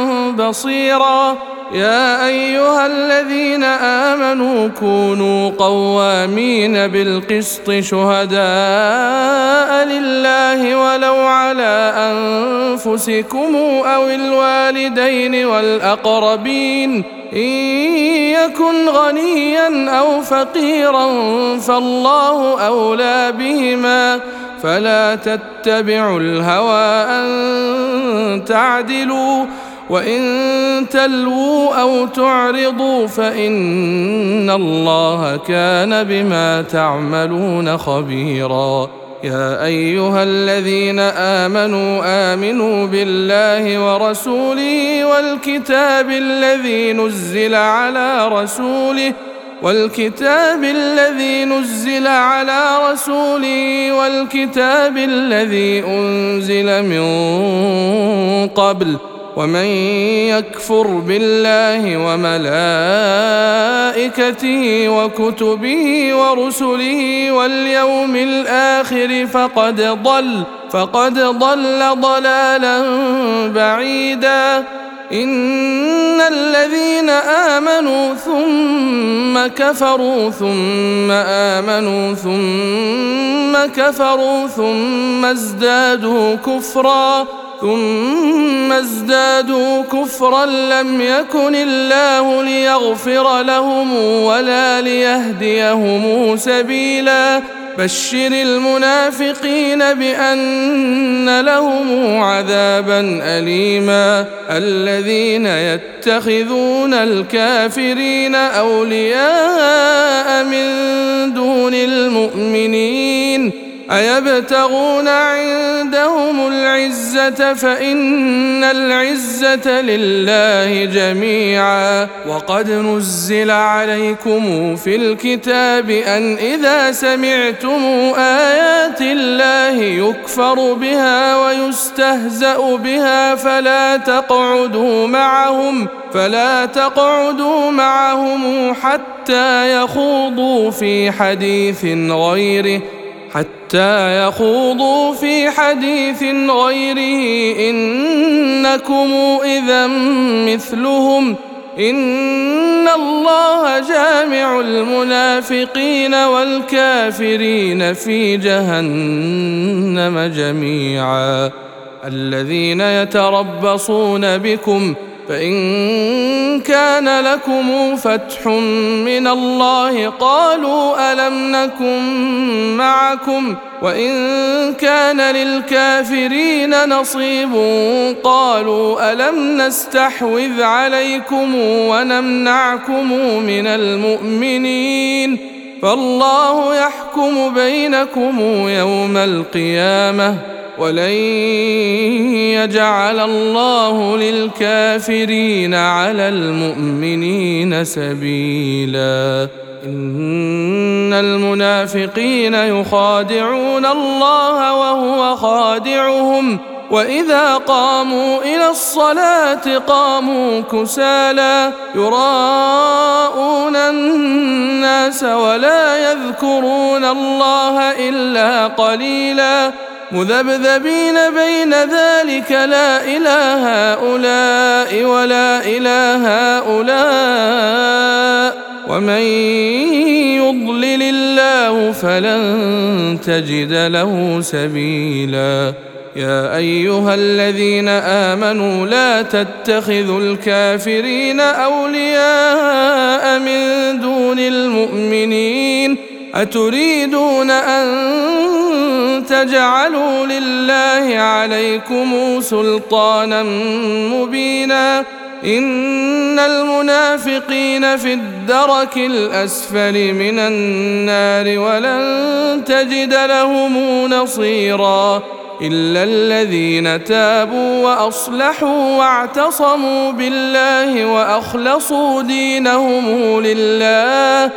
بصيرا. يا أيها الذين آمنوا كونوا قوامين بالقسط شهداء لله ولو على أنفسكم أو الوالدين والأقربين إن يكن غنيا أو فقيرا فالله أولى بهما فلا تتبعوا الهوى أن تعدلوا وإن تلووا أو تعرضوا فإن الله كان بما تعملون خبيرا. يا أيها الذين آمنوا آمنوا بالله ورسوله والكتاب الذي نزل على رسوله والكتاب الذي نزل على رسوله والكتاب الذي أنزل من قبل ومن يكفر بالله وملائكته وكتبه ورسله واليوم الآخر فقد ضل فقد ضل ضلالا بعيدا. إن الذين آمنوا ثم كفروا ثم آمنوا ثم كفروا ثم ازدادوا كفرا ثم ازدادوا كفرا لم يكن الله ليغفر لهم ولا ليهديهم سبيلا. بشر المنافقين بأن لهم عذابا أليما. الذين يتخذون الكافرين أولياء من دون المؤمنين أيبتغون عندهم العزة فإن العزة لله جميعا. وقد نزل عليكم في الكتاب أن إذا سمعتم آيات الله يكفر بها ويستهزأ بها فلا تقعدوا معهم فلا تقعدوا معهم حتى يخوضوا في حديث غيره حتى يخوضوا في حديث غيره إنكم إذا مثلهم إن الله جامع المنافقين والكافرين في جهنم جميعا. الذين يتربصون بكم فإن كان لكم فتح من الله قالوا ألم نكن معكم وإن كان للكافرين نصيب قالوا ألم نستحوذ عليكم ونمنعكم من المؤمنين فالله يحكم بينكم يوم القيامة ولن يجعل الله للكافرين على المؤمنين سبيلا إن المنافقين يخادعون الله وهو خادعهم وإذا قاموا إلى الصلاة قاموا كسالى يراءون الناس ولا يذكرون الله إلا قليلا مذبذبين بين ذلك لا إله هؤلاء ولا إله هؤلاء ومن يضلل الله فلن تجد له سبيلا يا أيها الذين آمنوا لا تتخذوا الكافرين أولياء من دون المؤمنين أتريدون أن تجعلوا لله عليكم سلطانا مبينا إن المنافقين في الدرك الأسفل من النار ولن تجد لهم نصيرا إلا الذين تابوا وأصلحوا واعتصموا بالله وأخلصوا دينهم لله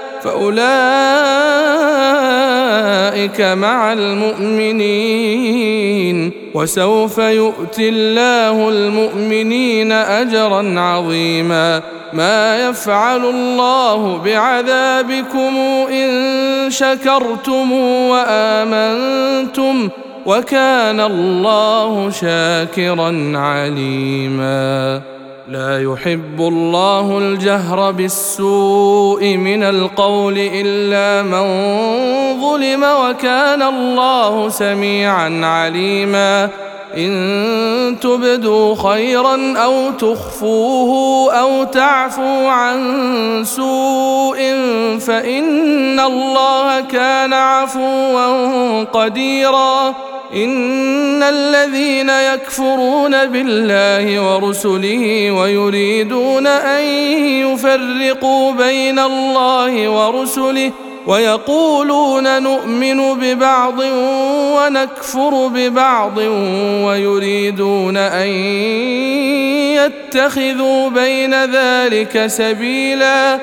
فأولئك مع المؤمنين وسوف يؤتي الله المؤمنين أجرا عظيما ما يفعل الله بعذابكم إن شكرتم وآمنتم وكان الله شاكرا عليما لا يحب الله الجهر بالسوء من القول إلا من ظلم وكان الله سميعا عليما إن تبدوا خيرا أو تخفوه أو تعفوا عن سوء فإن الله كان عفوا قديرا إن الذين يكفرون بالله ورسله ويريدون أن يفرقوا بين الله ورسله ويقولون نؤمن ببعض ونكفر ببعض ويريدون أن يتخذوا بين ذلك سبيلا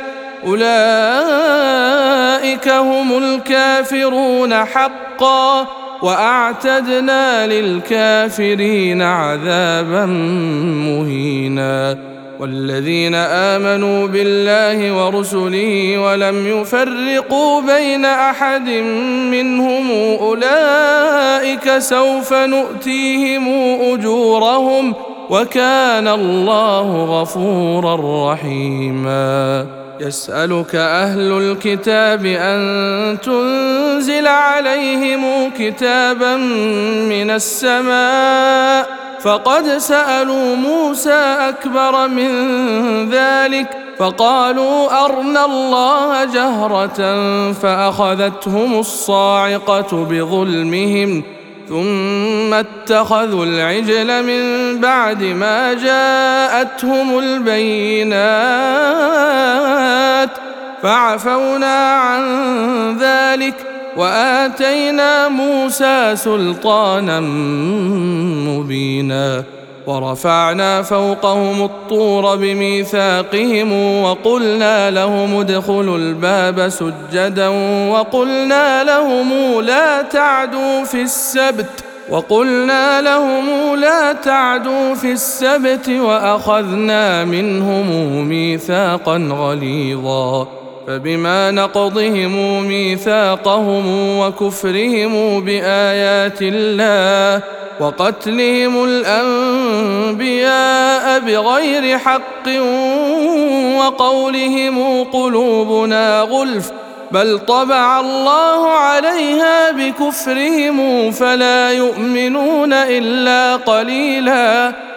أولئك هم الكافرون حقا وأعتدنا للكافرين عذابا مهينا والذين آمنوا بالله ورسله ولم يفرقوا بين أحد منهم أولئك سوف نؤتيهم أجورهم وكان الله غفورا رحيما يسألك أهل الكتاب أن تنزل عليهم كتابا من السماء فقد سألوا موسى أكبر من ذلك فقالوا أرنا الله جهرة فأخذتهم الصاعقة بظلمهم ثم اتخذوا العجل من بعد ما جاءتهم البينات فعفونا عن ذلك وآتينا موسى سلطانا مبينا ورفعنا فوقهم الطور بميثاقهم وقلنا لهم ادخلوا الباب سجدا وقلنا لهم لا تعدوا في السبت وقلنا لهم لا تعدوا في السبت وأخذنا منهم ميثاقا غليظا فبما نقضهم ميثاقهم وكفرهم بآيات الله وقتلهم الأنبياء بغير حق وقولهم قلوبنا غلف بل طبع الله عليها بكفرهم فلا يؤمنون إلا قليلا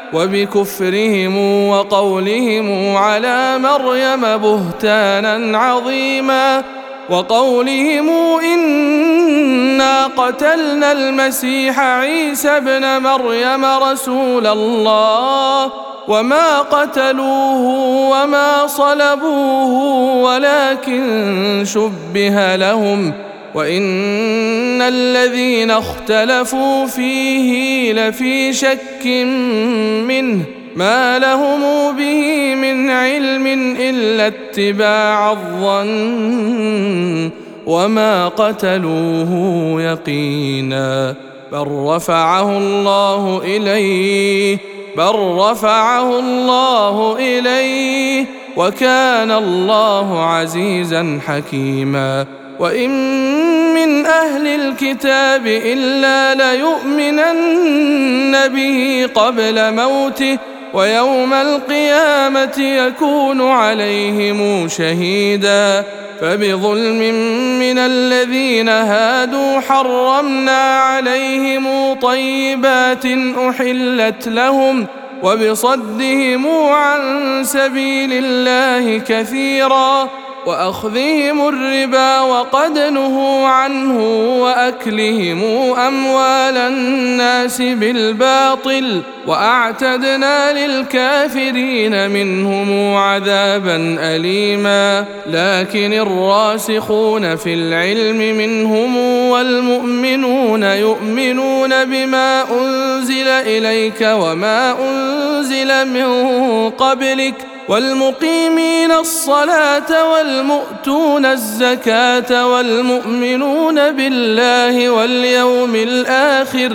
وبكفرهم وقولهم على مريم بهتانا عظيما، وقولهم إنا قتلنا المسيح عيسى ابن مريم رسول الله وما قتلوه وما صلبوه ولكن شبه لهم، وإن الذين اختلفوا فيه لفي شك منه ما لهم به من علم إلا اتباع الظن وما قتلوه يقينا، بل رفعه الله إليه بل رفعه الله إليه وكان الله عزيزا حكيما. وإن من أهل الكتاب إلا ليؤمنن به قبل موته ويوم القيامة يكون عليهم شهيدا، فبظلم من الذين هادوا حرمنا عليهم طيبات أحلت لهم وبصدهم عن سبيل الله كثيرا وأخذهم الربا وقد نهوا عنه وأكلهم أموال الناس بالباطل وأعتدنا للكافرين منهم عذابا أليما. لكن الراسخون في العلم منهم والمؤمنون يؤمنون بما أنزل إليك وما أنزل من قبلك والمقيمين الصلاة والمؤتون الزكاة والمؤمنون بالله واليوم الآخر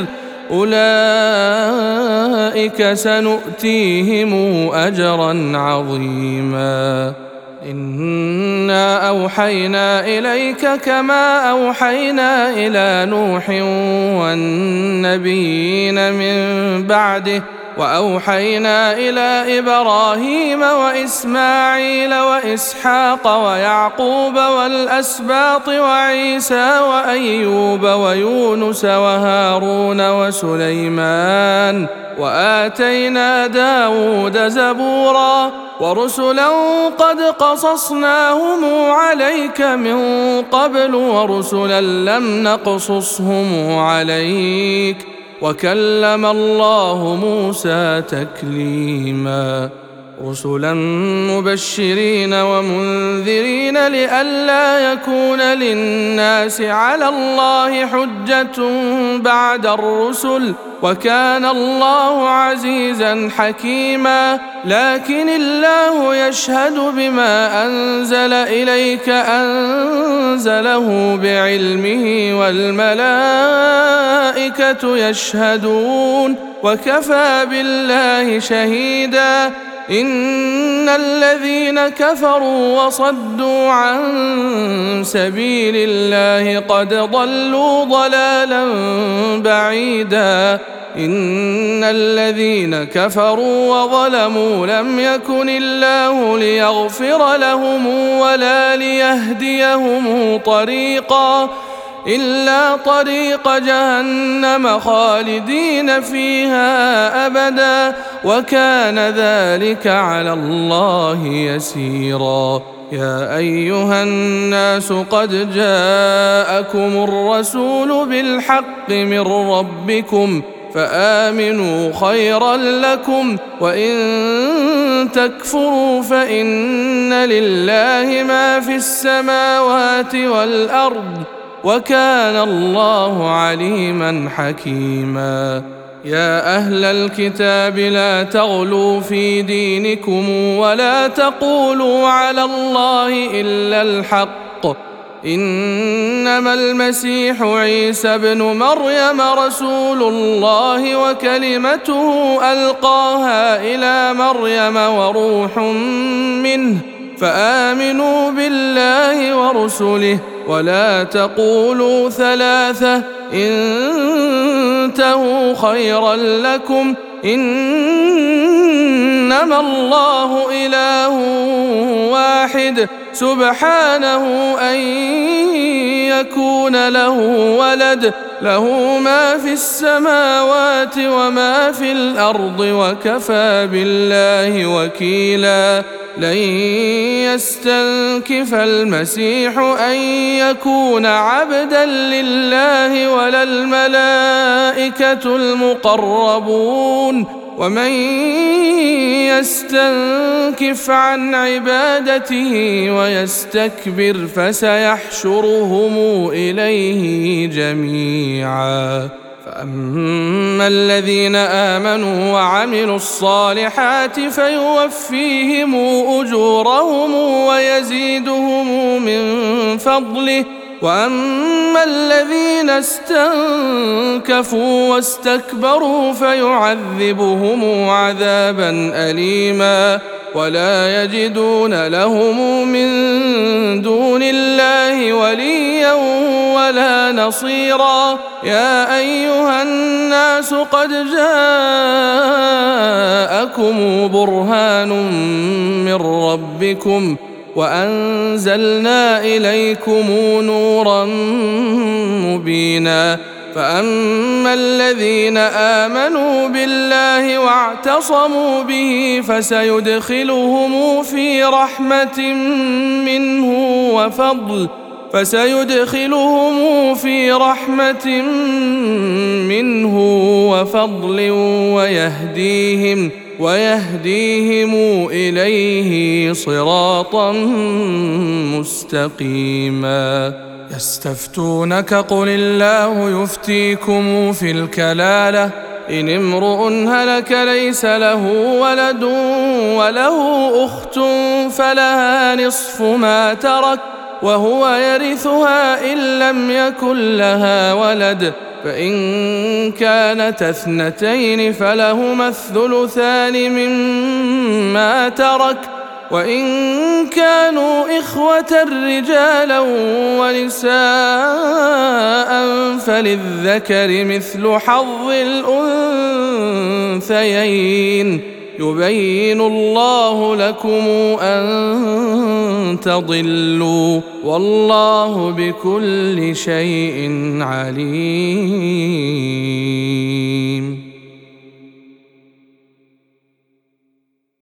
أولئك سنؤتيهم أجرا عظيما. إنا أوحينا إليك كما أوحينا إلى نوح والنبيين من بعده وأوحينا إلى إبراهيم وإسماعيل وإسحاق ويعقوب والأسباط وعيسى وأيوب ويونس وهارون وسليمان وآتينا داود زبورا ورسلا قد قصصناهم عليك من قبل ورسلا لم نقصصهم عليك وكلم الله موسى تكليما. رسلا مبشرين ومنذرين لئلا يكون للناس على الله حجة بعد الرسل وكان الله عزيزا حكيما. لكن الله يشهد بما أنزل إليك أنزله بعلمه والملائكة يشهدون وكفى بالله شهيدا. إن الذين كفروا وصدوا عن سبيل الله قد ضلوا ضلالا بعيدا. إن الذين كفروا وظلموا لم يكن الله ليغفر لهم ولا ليهديهم طريقا إلا طريق جهنم خالدين فيها أبدا وكان ذلك على الله يسيرا. يا أيها الناس قد جاءكم الرسول بالحق من ربكم فآمنوا خيرا لكم وإن تكفروا فإن لله ما في السماوات والأرض وكان الله عليما حكيما. يا أهل الكتاب لا تغلوا في دينكم ولا تقولوا على الله إلا الحق إنما المسيح عيسى ابن مريم رسول الله وكلمته ألقاها إلى مريم وروح منه فآمنوا بالله ورسله ولا تقولوا ثلاثة انتهوا خيرا لكم إنما الله إله واحد سبحانه أن يكون له ولد، له ما في السماوات وما في الأرض وكفى بالله وكيلا. لن يستنكف المسيح أن يكون عبدا لله ولا الملائكة المقربون، ومن يستنكف عن عبادته ويستكبر فسيحشرهم إليه جميعا. فأما الذين آمنوا وعملوا الصالحات فيوفيهم أجورهم ويزيدهم من فضله، وأما الذين استنكفوا واستكبروا فيعذبهم عذابا أليما ولا يجدون لهم من دون الله وليا ولا نصيرا. يا أيها الناس قد جاءكم برهان من ربكم وأنزلنا إليكم نورا مبينا. فأما الذين آمنوا بالله واعتصموا به فسيدخلهم في رحمة منه وفضل فسيدخلهم في رحمة منه وفضل ويهديهم ويهديهم إليه صراطا مستقيما. يستفتونك قل الله يفتيكم في الكلالة إن امرؤ هلك ليس له ولد وله أخت فلها نصف ما ترك وهو يرثها إن لم يكن لها ولد، فإن كانت اثنتين فلهما الثلثان مما ترك، وإن كانوا إخوة رجالا ونساء فللذكر مثل حظ الأنثيين. يبين الله لكم أن تضلوا والله بكل شيء عليم.